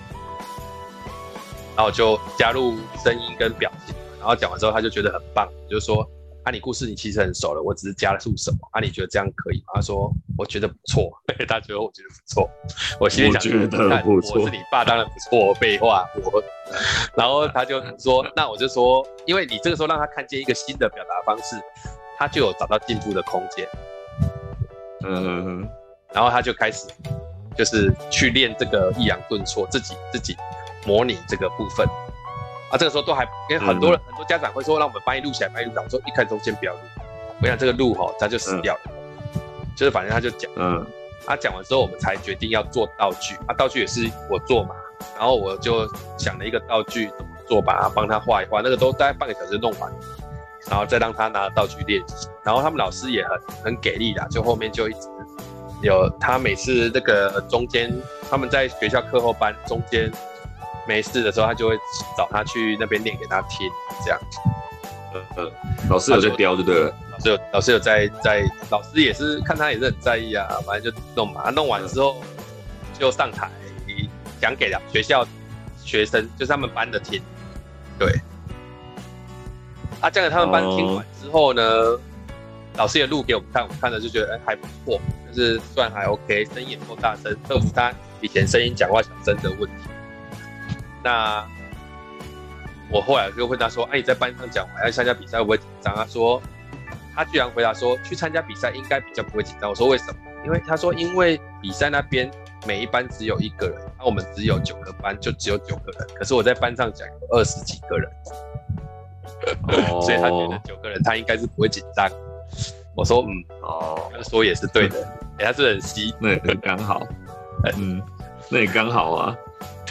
S1: 然后我就加入声音跟表情，然后讲完之后，他就觉得很棒，就是说，啊，你故事你其实很熟了，我只是加了什么？啊，你觉得这样可以吗？他说，我觉得不错。他觉得我觉得不错，我心里想，
S2: 我觉得不错，
S1: 我是你爸，当然不错。废话，我。然后他就说，那我就说，因为你这个时候让他看见一个新的表达方式，他就有找到进步的空间。
S2: 嗯哼，
S1: 然后他就开始就是去练这个抑扬顿挫，自己自己模拟这个部分。啊，这个时候都还，因为很多人、嗯、很多家长会说，让我们帮你录起来，帮你录起来。我说一开始中间不要录，我想这个录吼，他就死掉了。嗯、就是反正他就讲，嗯，他、啊、讲完之后，我们才决定要做道具。啊，道具也是我做嘛，然后我就想了一个道具怎么做，把它帮他画一画，那个都大概半个小时弄完，然后再让他拿道具练习。然后他们老师也很很给力啦，就后面就一直有他每次那个中间，他们在学校课后班中间。没事的时候，他就会找他去那边念给他听，这样。
S2: 呃呃，老师有在雕，就对了。
S1: 老师有，老师有在在，老师也是看他也是很在意啊，反正就弄嘛。弄完之后就上台讲给学校学生，就是他们班的听。对。啊，讲给他们班听完之后呢，哦、老师也录给我们看，我们看了就觉得哎、欸、还不错，就是算还 OK， 声音也够大声，克服他以前声音讲话小声的问题。那我后来就问他说：“哎、啊，你在班上讲完要参加比赛会不会紧张？”他说：“他居然回答说，去参加比赛应该比较不会紧张。”我说：“为什么？”因为他说：“因为比赛那边每一班只有一个人，那、啊、我们只有九个班，就只有九个人。可是我在班上讲有二十几个人，哦、所以他觉得九个人他应该是不会紧张。”我說嗯哦，他說也是對的，哎、欸，他是很稀，
S2: 那也剛好，嗯，那也剛好啊，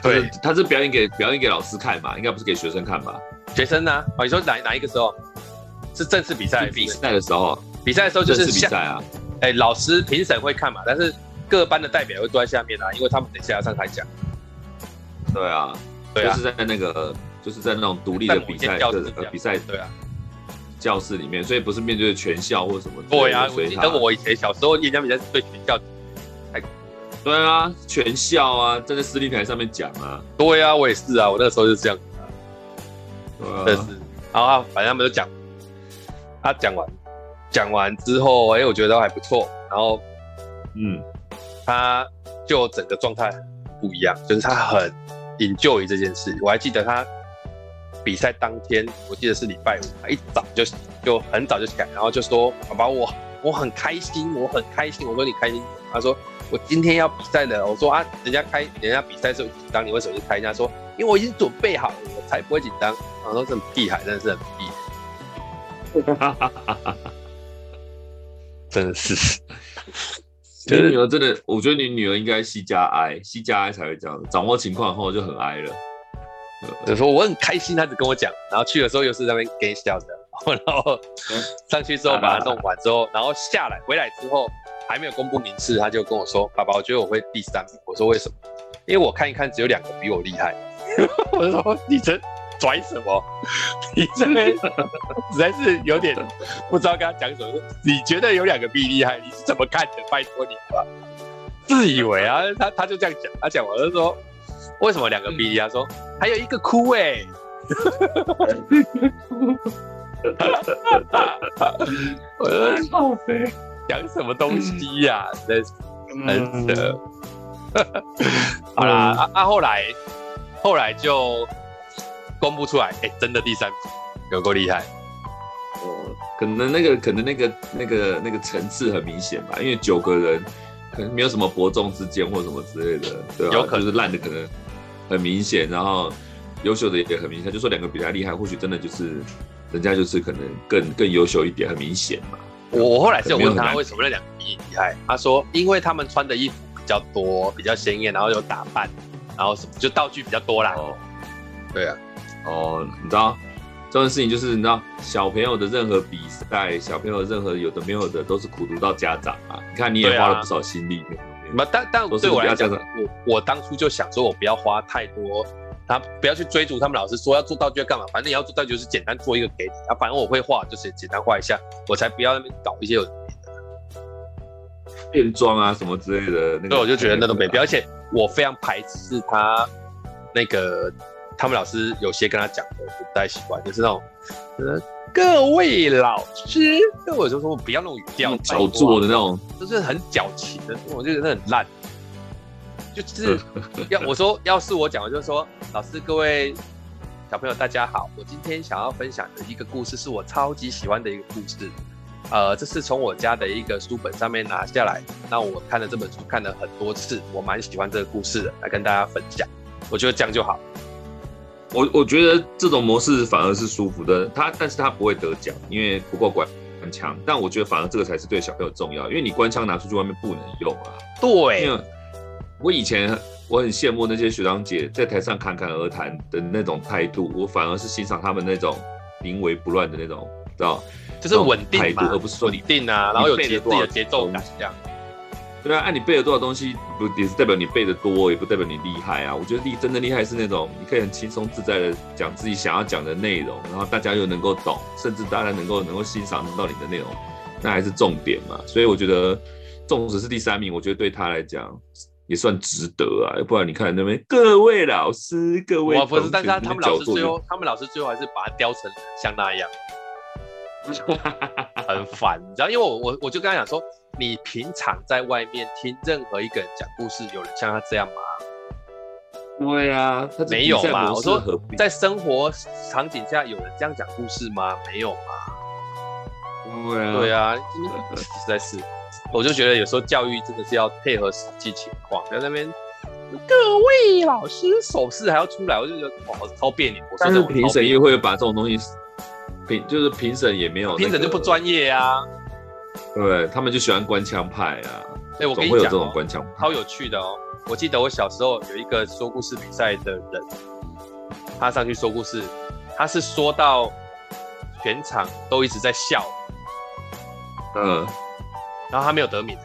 S1: 对，
S2: 他是表演给表演给老师看嘛，应该不是给学生看吧？
S1: 学生呢、啊？哦，你说哪哪一个时候？是正式比赛？
S2: 比赛的时候，
S1: 比赛的时候就是
S2: 正式比赛啊。
S1: 哎、欸，老师评审会看嘛，但是各班的代表会坐在下面啊，因为他们等一下要上台讲。
S2: 对啊，对啊，就是在那个就是在那种独立的比赛的呃比赛
S1: 对啊
S2: 教室里面，所以不是面对全校或什么。
S1: 对啊，我记得我以前小时候演讲比赛是对全校。
S2: 对啊，全校啊，站在司令台上面讲啊。
S1: 对啊，我也是啊，我那个时候就是这样子啊。
S2: 对啊。
S1: 但是，然后反正他们就讲，他讲完，讲完之后，哎、欸，我觉得都还不错。然后，嗯，他就整个状态不一样，就是他很 enjoy 这件事。我还记得他比赛当天，我记得是礼拜五，他一早就就很早就起来，然后就说：“爸爸，我我很开心，我很开心。”我说：“你开心？”他说。我今天要比赛了，我说啊，人家开，人家比赛时候紧张，你为什么去开？人家说，因为我已经准备好了，我才不会紧张。我说这屁孩真的是很屁，真的是。
S2: 你女儿真的，我觉得你女儿应该 C 加 I，C 加 I 才会这样，掌握情况后就很 I 了。
S1: 就说我很开心，他只跟我讲，然后去的时候又是在那边给笑的，然后上去之后把它弄完之后，然后下来回来之后。还没有公布名次，他就跟我说：“爸爸，我觉得我会第三名。”我说：“为什么？”因为我看一看，只有两个比我厉害。我说：“你这拽什么？你这边实在是有点不知道跟他讲什么。你觉得有两个比你厉害，你是怎么看的？拜托你吧。”自以为啊，他他就这样讲，他讲我就说：“为什么两个比你？”他说：“还有一个哭哎、欸。”我说：“靠北。”讲什么东西呀、啊？真是很扯。好啦，啊啊，后来后来就公布出来，哎、欸，真的第三名，有够厉害。
S2: 哦，可能那个可能那个那个那个层次很明显吧，因为九个人可能没有什么伯仲之间或什么之类的，对吧、啊？有可能就是烂的可能很明显，然后优秀的也很明显。就说两个比他厉害，或许真的就是人家就是可能更更优秀一点，很明显嘛。
S1: 我我后来是有问他为什么那两个比你厉害，他说因为他们穿的衣服比较多，比较鲜艳，然后有打扮，然后什么就道具比较多啦。哦，对啊，
S2: 哦，你知道这件事情就是你知道小朋友的任何比赛，小朋友的任何有的没有的都是苦读到家长啊。你看你也花了不少心力。
S1: 啊、但但对我来讲，我我当初就想说我不要花太多。他不要去追逐他们老师说要做道具要干嘛，反正你要做道具就是简单做一个给你啊，反正我会画，就是简单画一下，我才不要那边搞一些有的没的
S2: 变装啊什么之类的。那个、
S1: 对，我就觉得那都没必要，而且我非常排斥他那个他们老师有些跟他讲的，我不太喜欢，就是那种呃各位老师，我就说我不要那种语调
S2: 矫作的那种，
S1: 就是很矫情的，我觉得那很烂。就是要我说，要是我讲，我就说，老师，各位小朋友，大家好，我今天想要分享的一个故事，是我超级喜欢的一个故事。呃，这是从我家的一个书本上面拿下来，那我看了这本书看了很多次，我蛮喜欢这个故事的，来跟大家分享。我觉得这样就好。
S2: 我我觉得这种模式反而是舒服的，他但是他不会得奖，因为不够官腔。但我觉得反而这个才是对小朋友重要，因为你官腔拿出去外面不能用啊。
S1: 对。因为
S2: 我以前我很羡慕那些学长姐在台上侃侃而谈的那种态度，我反而是欣赏他们那种临危不乱的那种，知道？
S1: 就是稳定嘛，
S2: 而不是说
S1: 稳定啊，然后有节自己的节奏感这样。
S2: 对啊，按、啊、你背了多少东西，不也是代表你背的多，也不代表你厉害啊。我觉得厉真的厉害是那种你可以很轻松自在的讲自己想要讲的内容，然后大家又能够懂，甚至大家能够能够欣赏到你的内容，那还是重点嘛。所以我觉得，纵使是第三名，我觉得对他来讲。也算值得啊，要不然你看那边各位老师，各位同学，
S1: 不是，但是他他们老师最后，他们老师最后还是把它雕成像那样，很烦，你知道？因为我我我就跟他讲说，你平常在外面听任何一个人讲故事，有人像他这样吗？
S2: 对啊，他
S1: 没有嘛。我说在生活场景下有人这样讲故事吗？没有嘛。
S2: 对啊，
S1: 对啊，实在是。我就觉得有时候教育真的是要配合实际情况，不要在那边各位老师手势还要出来，我就觉得哇，超别扭。
S2: 但是评审也会把这种东西评，就是评审也没有、那個，
S1: 评审就不专业啊。
S2: 对他们就喜欢官腔派啊。
S1: 哎、欸，我跟你
S2: 总会有
S1: 讲、哦，
S2: 这种官腔，
S1: 超有趣的哦。我记得我小时候有一个说故事比赛的人，他上去说故事，他是说到全场都一直在笑，
S2: 嗯，
S1: 然后他没有得名。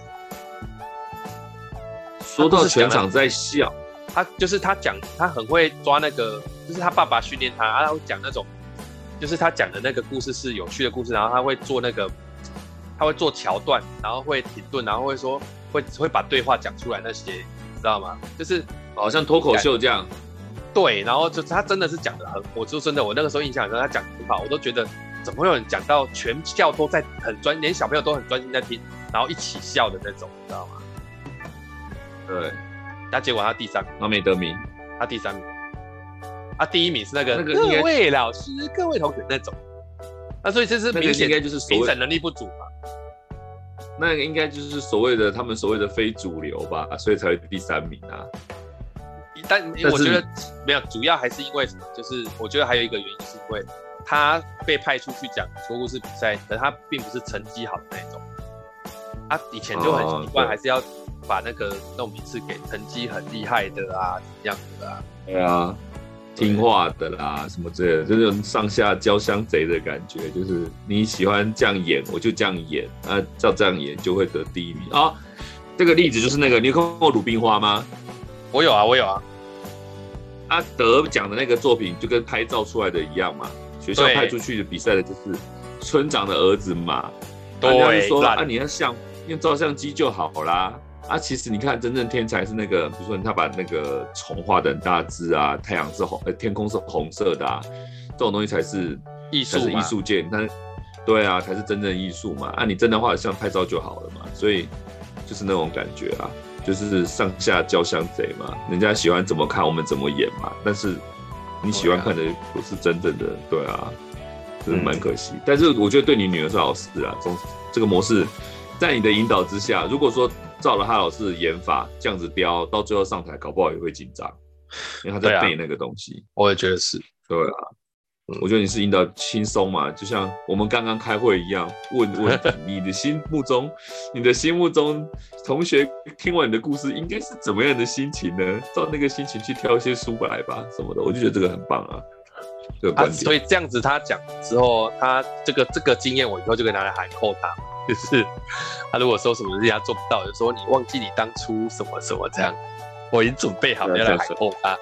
S2: 说到全场在笑，
S1: 他就是他讲，他很会抓那个，就是他爸爸训练他，他会讲那种，就是他讲的那个故事是有趣的故事，然后他会做那个，他会做桥段，然后会停顿，然后会说会会把对话讲出来那些，你知道吗？就是
S2: 好像脱口秀这样。
S1: 对，然后就他真的是讲的很，我就真的我那个时候印象很深，他讲的很好，我都觉得怎么会有人讲到全校都在很专，连小朋友都很专心在听，然后一起笑的那种，你知道吗？
S2: 对，
S1: 他结果他第三名，
S2: 他没得名，
S1: 他第三名，他第一名是那个
S2: 那个
S1: 各位老师、各位同学那种，那所以这是明显
S2: 应该就是
S1: 评审能力不足嘛。
S2: 那个应该就是所谓的他们所谓的非主流吧，所以才会第三名啊。
S1: 但我觉得没有，主要还是因为什么？就是我觉得还有一个原因是因为他被派出去讲说故事比赛，可他并不是成绩好的那种。他以前就很习惯，还是要把那个那种名次给成绩很厉害的啊，怎么样的啊？
S2: 对啊，听话的啦，什么之类的，就是上下交相贼的感觉，就是你喜欢这样演，我就这样演，啊，照这样演就会得第一名啊。这个例子就是那个，你有看过《鲁冰花》吗？
S1: 我有啊，我有啊。
S2: 他得奖的那个作品就跟拍照出来的一样嘛，学校派出去的比赛的就是村长的儿子嘛。对，人家就说啊，你要像用照相机就好啦。啊，其实你看，真正天才是那个，比如说他把那个虫画得很大只啊，太阳是红，呃，天空是红色的啊，这种东西才是
S1: 艺术，
S2: 才是艺术界。但对啊，才是真正的艺术嘛。啊，你真的画像拍照就好了嘛，所以就是那种感觉啊。就是上下交相贼嘛，人家喜欢怎么看我们怎么演嘛，但是你喜欢看的不是真正的，对啊，就是蛮可惜。嗯、但是我觉得对你女儿是好事啊，从这个模式在你的引导之下，如果说照了他老师的演法这样子雕，到最后上台搞不好也会紧张，因为他在背那个东西。
S1: 啊、我也觉得是，
S2: 对啊。我觉得你是引导轻松嘛，就像我们刚刚开会一样，问问题，你的心目中，你的心目中，同学听完你的故事应该是怎么样的心情呢？照那个心情去挑一些书来吧，什么的，我就觉得这个很棒啊，这个观点。
S1: 啊、所以这样子他讲之后，他这个这个经验，我以后就可以拿来喊扣他，就是他如果说什么事情他做不到，就说你忘记你当初什么什么这样，我已经准备好要来喊扣他。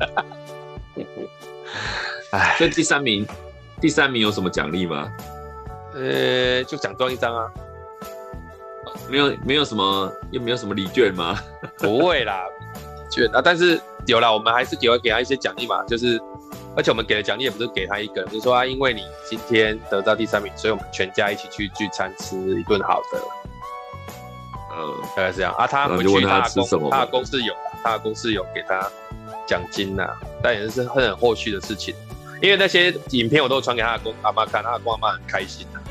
S2: 哎，所以第三名，第三名有什么奖励吗？
S1: 呃，就奖状一张啊，
S2: 没有，没有什么，又没有什么礼券吗？
S1: 不会啦，礼券啊，但是有啦，我们还是给给他一些奖励嘛，就是而且我们给的奖励也不是给他一个人，就是说啊，因为你今天得到第三名，所以我们全家一起去聚餐吃一顿好的。
S2: 嗯，
S1: 大概是这样啊。他回去他的公，他的公司有，他的公司有给他奖金呐、啊，但也是很很后续的事情。因为那些影片我都传给他的公阿妈看，他的公阿妈很开心的、啊。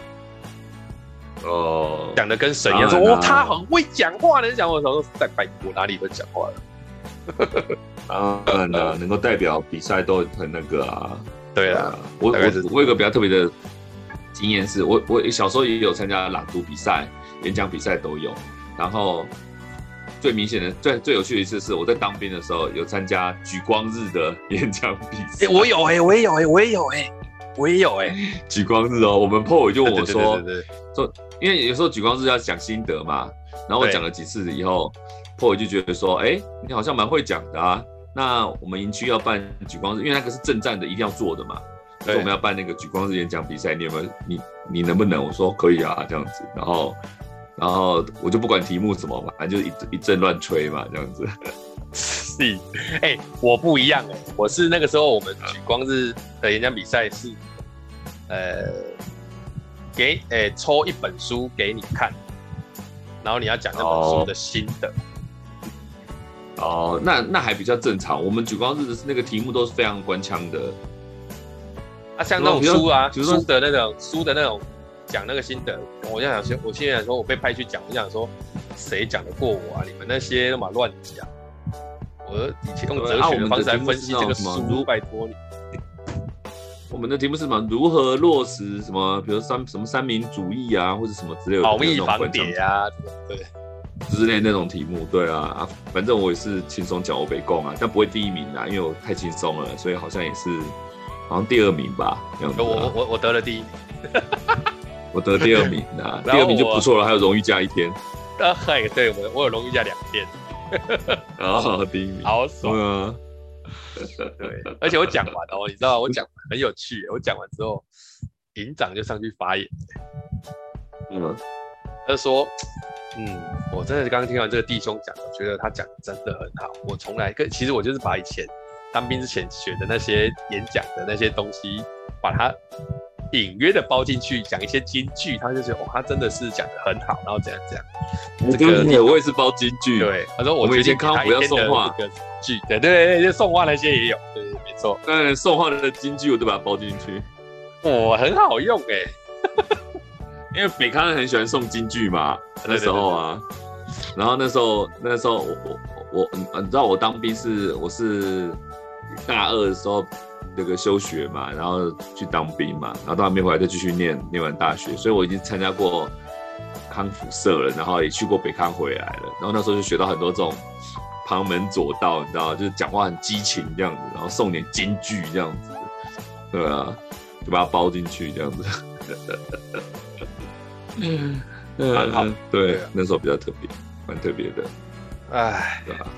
S2: 哦，
S1: 讲的跟神一样，说哦，他很会讲话的，讲我说在拜我哪里会讲话了。
S2: 当然了，能够代表比赛都很那个啊。
S1: 对啊，
S2: 我我我有个比较特别的经验是，我我小时候也有参加朗读比赛、演讲比赛都有。然后最明显的、最最有趣的一次是我在当兵的时候有参加举光日的演讲比赛。
S1: 哎、欸，我有哎、欸，我也有哎、欸，我也有哎、欸，我也有哎、欸。
S2: 举光日哦，我们 Paul 就问我说，
S1: 对对对对对
S2: 说因为有时候举光日要讲心得嘛，然后我讲了几次以后 ，Paul 就觉得说，哎、欸，你好像蛮会讲的啊。那我们营区要办举光日，因为那个是政战的，一定要做的嘛。所以我们要办那个举光日演讲比赛，你有没有？你你能不能？我说可以啊，这样子。然后，然后我就不管题目什么嘛，反正就 一, 一阵乱吹嘛，这样子。
S1: 是，哎、欸，我不一样哎、欸，我是那个时候我们举光日的演讲比赛是，呃，给哎、欸、抽一本书给你看，然后你要讲那本书的心得。
S2: 哦，那那还比较正常。我们举光日的那个题目都是非常官腔的。
S1: 啊，像那种书啊，书的那种书的那种讲那个心得，我就想说，我现在想说，我被派去讲，我想说，谁讲得过我啊？你们那些都嘛乱讲。我以前用哲学的方式来分析这个书，拜托你。
S2: 我们的题目是什么？如何落实什么？比如三什么三民主义啊，或者什么之类的。
S1: 保密防谍啊，对。
S2: 之类那种题目，对啊啊，反正我也是轻松讲欧北共啊，但不会第一名啦，因为我太轻松了，所以好像也是好像第二名吧，这样子啊。
S1: 我我我得了第一名，
S2: 我得第二名啊，第二名就不错了，还有荣誉假一天。
S1: 啊嗨，对我我有荣誉假两天，
S2: 然后第一名，
S1: 好爽
S2: 啊！
S1: 对，而且我讲完哦，你知道我讲完很有趣，我讲完之后，营长就上去发言，
S2: 嗯，
S1: 他就说，嗯，我真的刚刚听完这个弟兄讲，我觉得他讲的真的很好，我从来跟其实我就是把以前当兵之前学的那些演讲的那些东西，把它隐约的包进去，讲一些金句，他就觉得哇，他真的是讲的很好，然后怎样怎样。
S2: 这个我也是包金句，
S1: 对，他说我
S2: 们以前康不要送话
S1: 句，对对对，就送话那些也有，对对没错。
S2: 嗯，送话的金句我都把它包进去，
S1: 哇，很好用哎，
S2: 因为北康很喜欢送金句嘛，那时候啊，然后那时候那时候我我我你知道我当兵是我是大二的时候。那个休学嘛，然后去当兵嘛，然后到那边回来再继续念，念完大学，所以我已经参加过康复社了，然后也去过北康回来了，然后那时候就学到很多这种旁门左道，你知道，就是讲话很激情这样子，然后送点金句这样子，对啊，就把它包进去这样子，嗯，蛮好，对，对啊，那时候比较特别，蛮特别的，
S1: 哎，
S2: 对啊，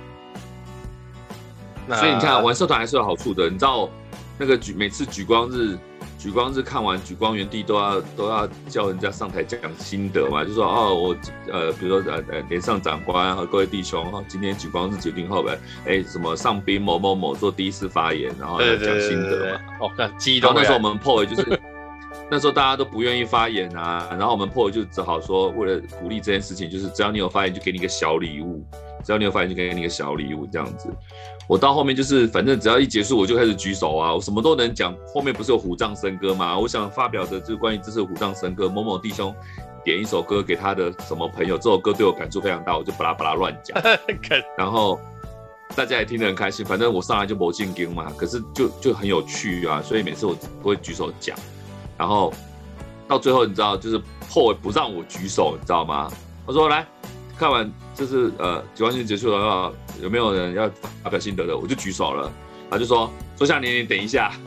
S2: 所以你看玩社团还是有好处的，你知道。那个举每次举光日，举光日看完举光园地都要都要叫人家上台讲心得嘛，就说哦我呃比如说呃呃连上长官和各位弟兄哈，今天举光日决定后边哎什么上兵某某某做第一次发言，然后要讲心得嘛。
S1: 哦，那激动。
S2: 然后那时候我们 P O 就是那时候大家都不愿意发言啊，然后我们 P O 就只好说为了鼓励这件事情，就是只要你有发言就给你一个小礼物，只要你有发言就给你一个小礼物这样子。我到后面就是，反正只要一结束我就开始举手啊，我什么都能讲。后面不是有虎杖笙歌吗？我想发表的就是关于这次虎杖笙歌，某某弟兄点一首歌给他的什么朋友，这首歌对我感触非常大，我就巴拉巴拉乱讲，然后大家也听得很开心。反正我上来就没进京嘛，可是就就很有趣啊，所以每次我都会举手讲。然后到最后你知道，就是破不让我举手，你知道吗？我说来。看完就是呃，举光日结束了，有没有人要发表心得的？我就举手了，他就说：“周夏年，你等一下。”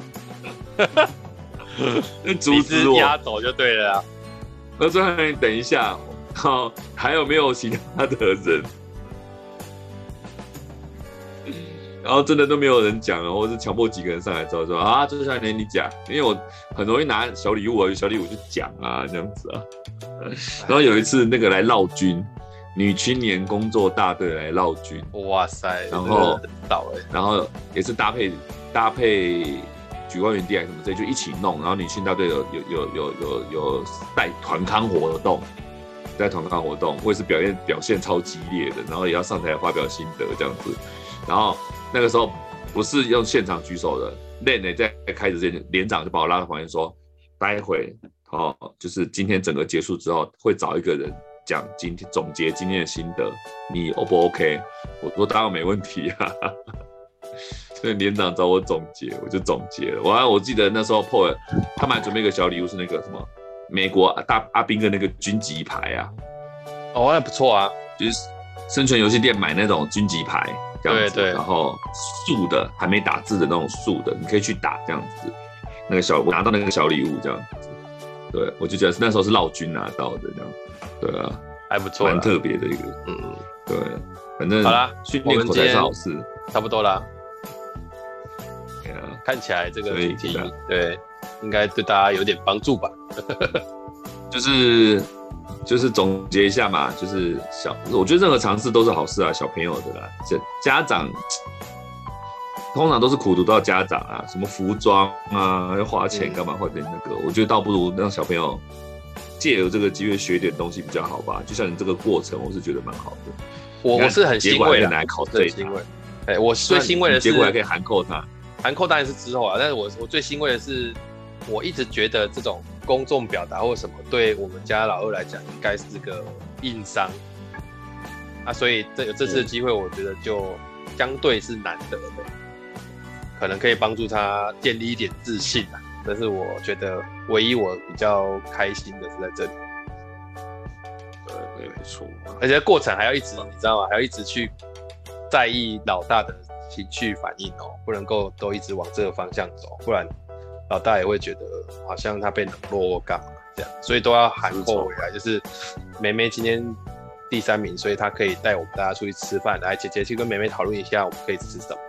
S2: 阻止我
S1: 压走就对了啊。
S2: 我说：“周夏年，你等一下。”好，还有没有其他的人？然后真的都没有人讲了，或是强迫几个人上来之后说：“啊，周夏年你讲，因为我很容易拿小礼物啊，有小礼物就讲啊，这样子啊。”然后有一次那个来绕军。女青年工作大队来绕军，
S1: 哇塞！
S2: 然后
S1: 到哎，
S2: 然后也是搭配搭配举光园地还是什么之类，就一起弄。然后女青大队有有有有有有带团康活动，带团康活动，我也是表现表现超激烈的，然后也要上台发表心得这样子。然后那个时候不是用现场举手的，练呢在开始之前，连长就把我拉到旁边说，待会哦，就是今天整个结束之后会找一个人。讲今天总结今天的心得，你 O 不 OK？ 我说当然没问题啊。所以连长找我总结，我就总结了。我我记得那时候 P O 他们还准备一个小礼物，是那个什么美国大阿兵的那个军级牌啊。
S1: 哦，那不错啊，
S2: 就是生存游戏店买那种军级牌这样子，
S1: 对对，
S2: 然后素的还没打字的那种素的，你可以去打这样子。那个小我拿到那个小礼物这样子，对我就觉得那时候是绕军拿到的这样子。对啊，
S1: 还不错，
S2: 蛮特别的一个，嗯，对，反正
S1: 好啦，
S2: 训练口才是好事，
S1: 差不多啦。
S2: 对啊，
S1: 看起来这个主题对，应该对大家有点帮助吧。
S2: 就是就是总结一下嘛，就是小，我觉得任何尝试都是好事啊，小朋友的啦，家长通常都是苦读到家长啊，什么服装啊，要花钱干嘛花点那个，我觉得倒不如让小朋友。借由这个机会学点东西比较好吧，就像你这个过程，我是觉得蛮好的。
S1: 我我是很欣慰的，
S2: 拿来考这一
S1: 欣慰。哎，我最欣慰的是
S2: 结果还可以含扣它，
S1: 含扣当然是之后啊，但是我我最欣慰的是，我一直觉得这种公众表达或什么，对我们家老二来讲，应该是个硬伤啊，所以这有这次的机会，我觉得就相对是难得的，可能可以帮助他建立一点自信啊。这是我觉得唯一我比较开心的是在这里。
S2: 对对， 不错，
S1: 而且过程还要一直，你知道吗？还要一直去在意老大的情绪反应哦，不能够都一直往这个方向走，不然老大也会觉得好像他被冷落或干嘛这样，所以都要喊扣回来。就是妹妹今天第三名，所以她可以带我们大家出去吃饭，来姐姐去跟妹妹讨论一下我们可以吃什么。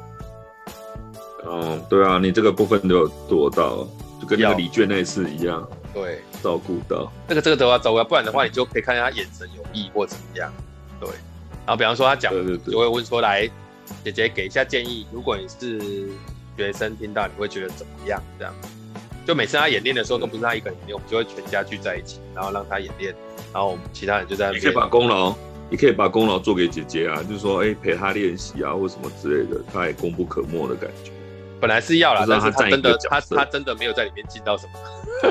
S2: 嗯，对啊，你这个部分都有做到，就跟那个礼券那一次一样，
S1: 对，
S2: 照顾到。
S1: 这个这个都要照顾到，不然的话你就可以看见他眼神有意或怎么样。对，然后比方说他讲，
S2: 对对对
S1: 就会问说来，姐姐给一下建议，如果你是学生听到，你会觉得怎么样？这样，就每次他演练的时候都不是他一个人演练，我们就会全家聚在一起，然后让他演练，然后我们其他人就在那边。
S2: 你可以把功劳，你可以把功劳做给姐姐啊，就是说，哎、欸，陪她练习啊，或什么之类的，她也功不可没的感觉。
S1: 本来是要啦，但是他真的他他真的没有在里面进到什么，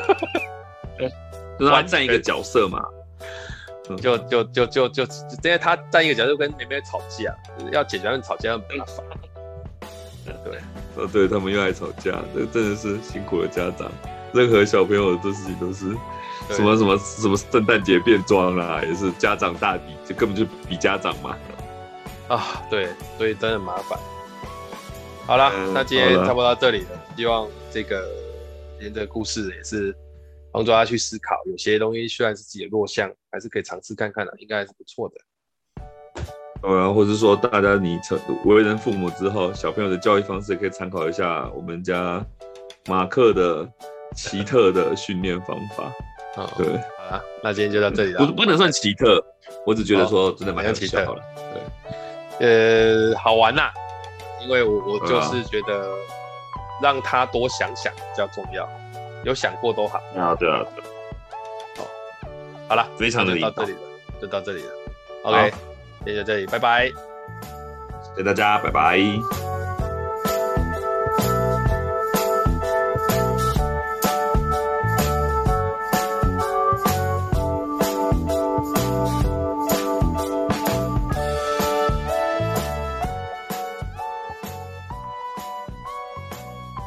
S2: 就是他占一个角色嘛，
S1: 就就就就就因为他占一个角色跟妹妹吵架，要解决他们吵架很麻烦。对，
S2: 哦，对他们又爱吵架，这真的是辛苦了家长。任何小朋友的事情都是什么什么什么圣诞节变装啦，也是家长大比，这根本就比家长嘛。
S1: 啊，对，所以真的麻烦。好了、嗯，那今天差不多到这里了。希望这个今天这个故事也是帮助大家去思考，有些东西虽然是自己的弱项，还是可以尝试看看的、啊，应该还是不错的。
S2: 对啊，或者说大家你成为人父母之后，小朋友的教育方式也可以参考一下我们家马克的奇特的训练方法。
S1: 哦、
S2: 对，
S1: 好了，那今天就到这里了。
S2: 不不能算奇特，我只觉得说真的蛮有
S1: 奇特
S2: 了。对，
S1: 呃，好玩呐、啊。因为我我就是觉得让他多想想比较重要，有想过都好。
S2: 啊，对啊，对。
S1: 好，好了，
S2: 非常的
S1: 就到这里了，就到这里了。OK， 今天就这里，拜拜，
S2: 谢谢大家，拜拜。